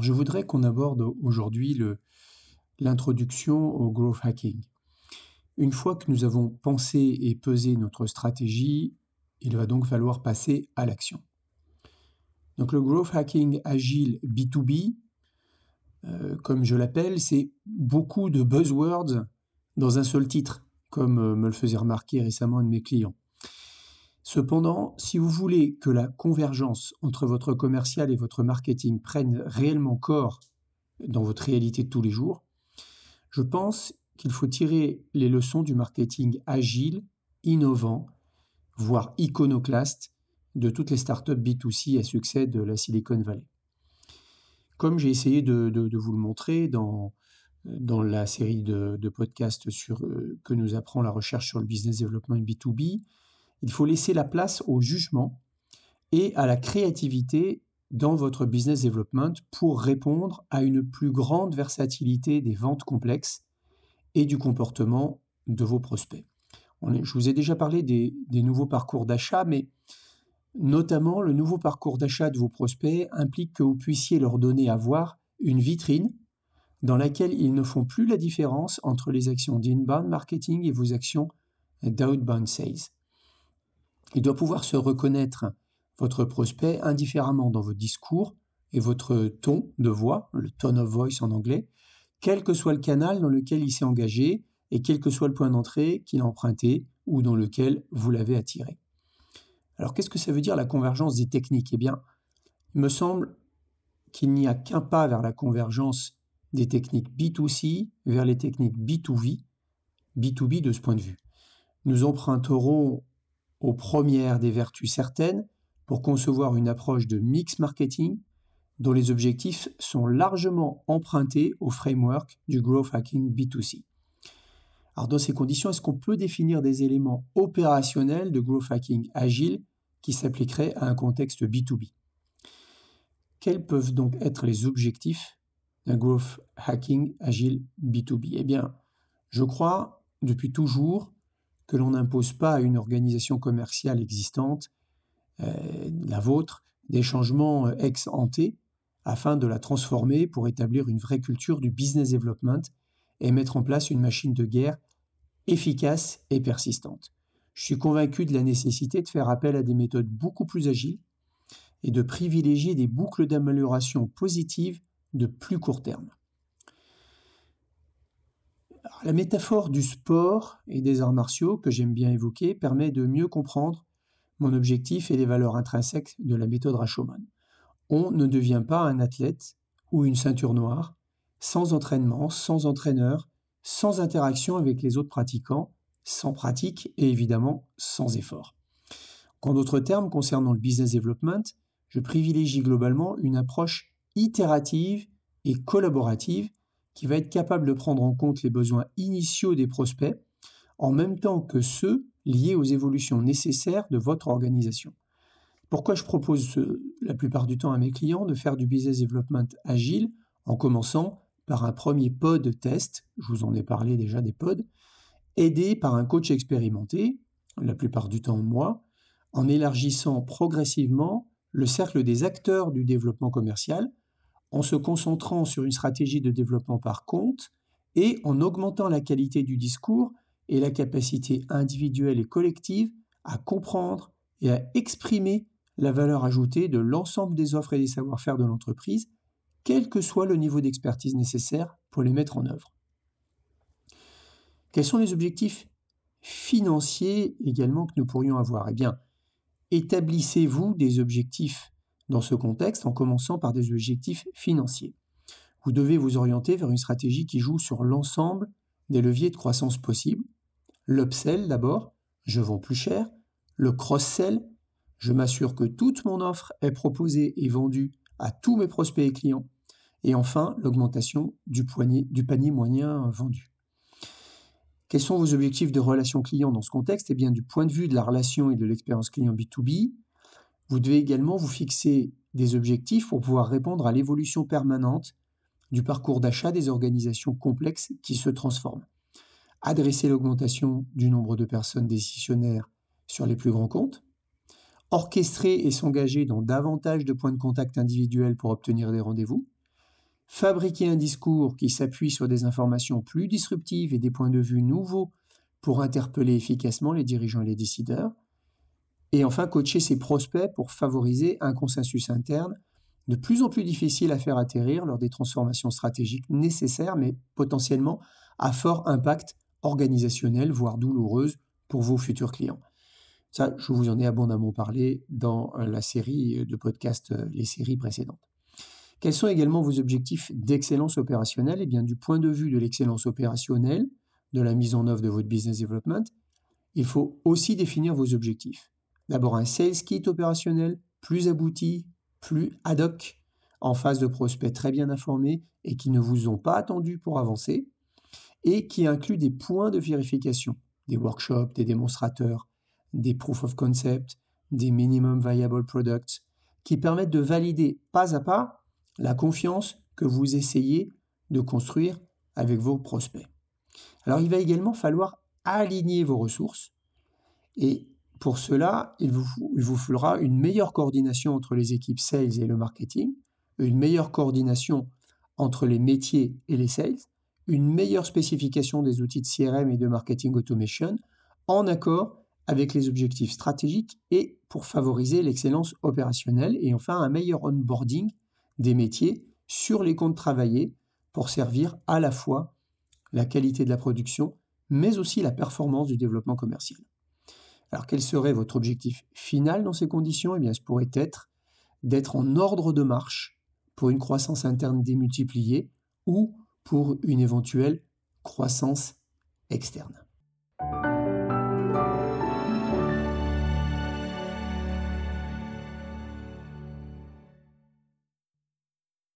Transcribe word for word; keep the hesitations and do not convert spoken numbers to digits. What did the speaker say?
je voudrais qu'on aborde aujourd'hui le- l'introduction au growth hacking. Une fois que nous avons pensé et pesé notre stratégie, il va donc falloir passer à l'action. Donc le growth hacking agile B deux B, euh, comme je l'appelle, c'est beaucoup de buzzwords dans un seul titre, comme euh, me le faisait remarquer récemment un de mes clients. Cependant, si vous voulez que la convergence entre votre commercial et votre marketing prenne réellement corps dans votre réalité de tous les jours, je pense qu'il faut tirer les leçons du marketing agile, innovant, voire iconoclaste de toutes les startups B deux C à succès de la Silicon Valley. Comme j'ai essayé de, de- de vous le montrer dans, dans la série de, de podcasts sur, euh, que nous apprend la recherche sur le business development B deux B, il faut laisser la place au jugement et à la créativité dans votre business development pour répondre à une plus grande versatilité des ventes complexes et du comportement de vos prospects. On est- je vous ai déjà parlé des, des nouveaux parcours d'achat, mais notamment le nouveau parcours d'achat de vos prospects implique que vous puissiez leur donner à voir une vitrine dans laquelle ils ne font plus la différence entre les actions d'inbound marketing et vos actions d'outbound sales. Il doit pouvoir se reconnaître votre prospect indifféremment dans votre discours et votre ton de voix, le tone of voice en anglais, quel que soit le canal dans lequel il s'est engagé et quel que soit le point d'entrée qu'il a emprunté ou dans lequel vous l'avez attiré. Alors qu'est-ce que ça veut dire la convergence des techniques ? Eh bien, il me semble qu'il n'y a qu'un pas vers la convergence des techniques B deux C vers les techniques B deux V, B deux B de ce point de vue. Nous emprunterons aux premières des vertus certaines pour concevoir une approche de mix marketing dont les objectifs sont largement empruntés au framework du growth hacking B deux C. Alors dans ces conditions, est-ce qu'on peut définir des éléments opérationnels de growth hacking agile qui s'appliqueraient à un contexte B deux B ? Quels peuvent donc être les objectifs d'un growth hacking agile B deux B ? Eh bien, je crois depuis toujours que l'on n'impose pas à une organisation commerciale existante, euh, la vôtre, des changements euh, ex ante afin de la transformer pour établir une vraie culture du business development et mettre en place une machine de guerre efficace et persistante. Je suis convaincu de la nécessité de faire appel à des méthodes beaucoup plus agiles et de privilégier des boucles d'amélioration positives de plus court terme. Alors, la métaphore du sport et des arts martiaux que j'aime bien évoquer permet de mieux comprendre mon objectif et les valeurs intrinsèques de la méthode Rashomon. On ne devient pas un athlète ou une ceinture noire sans entraînement, sans entraîneur, sans interaction avec les autres pratiquants, sans pratique et évidemment sans effort. En d'autres termes, concernant le business development, je privilégie globalement une approche itérative et collaborative qui va être capable de prendre en compte les besoins initiaux des prospects en même temps que ceux liés aux évolutions nécessaires de votre organisation. Pourquoi je propose euh, la plupart du temps à mes clients de faire du business development agile en commençant par un premier pod test, je vous en ai parlé déjà des pods, aidé par un coach expérimenté, la plupart du temps moi, en élargissant progressivement le cercle des acteurs du développement commercial, en se concentrant sur une stratégie de développement par compte et en augmentant la qualité du discours et la capacité individuelle et collective à comprendre et à exprimer la valeur ajoutée de l'ensemble des offres et des savoir-faire de l'entreprise, quel que soit le niveau d'expertise nécessaire pour les mettre en œuvre. Quels sont les objectifs financiers également que nous pourrions avoir ? Eh bien, établissez-vous des objectifs dans ce contexte en commençant par des objectifs financiers. Vous devez vous orienter vers une stratégie qui joue sur l'ensemble des leviers de croissance possibles. L'upsell d'abord, je vends plus cher. Le cross-sell, je m'assure que toute mon offre est proposée et vendue à tous mes prospects et clients. Et enfin, l'augmentation du, poignet, du panier moyen vendu. Quels sont vos objectifs de relation client dans ce contexte ? Eh bien, du point de vue de la relation et de l'expérience client B deux B, vous devez également vous fixer des objectifs pour pouvoir répondre à l'évolution permanente du parcours d'achat des organisations complexes qui se transforment. Adresser l'augmentation du nombre de personnes décisionnaires sur les plus grands comptes, orchestrer et s'engager dans davantage de points de contact individuels pour obtenir des rendez-vous, fabriquer un discours qui s'appuie sur des informations plus disruptives et des points de vue nouveaux pour interpeller efficacement les dirigeants et les décideurs, et enfin coacher ses prospects pour favoriser un consensus interne de plus en plus difficile à faire atterrir lors des transformations stratégiques nécessaires, mais potentiellement à fort impact organisationnel, voire douloureuse pour vos futurs clients. Ça, je vous en ai abondamment parlé dans la série de podcasts, les séries précédentes. Quels sont également vos objectifs d'excellence opérationnelle ? Eh bien, du point de vue de l'excellence opérationnelle, de la mise en œuvre de votre business development, il faut aussi définir vos objectifs. D'abord, un sales kit opérationnel plus abouti, plus ad hoc, en face de prospects très bien informés et qui ne vous ont pas attendu pour avancer, et qui inclut des points de vérification, des workshops, des démonstrateurs, des proof of concept, des minimum viable products, qui permettent de valider pas à pas la confiance que vous essayez de construire avec vos prospects. Alors, il va également falloir aligner vos ressources, et pour cela, il vous, il vous faudra une meilleure coordination entre les équipes sales et le marketing, une meilleure coordination entre les métiers et les sales, une meilleure spécification des outils de C R M et de marketing automation, en accord avec les objectifs stratégiques et pour favoriser l'excellence opérationnelle, et enfin un meilleur onboarding des métiers sur les comptes travaillés pour servir à la fois la qualité de la production, mais aussi la performance du développement commercial. Alors, quel serait votre objectif final dans ces conditions ? Eh bien, ce pourrait être d'être en ordre de marche pour une croissance interne démultipliée ou pour une éventuelle croissance externe.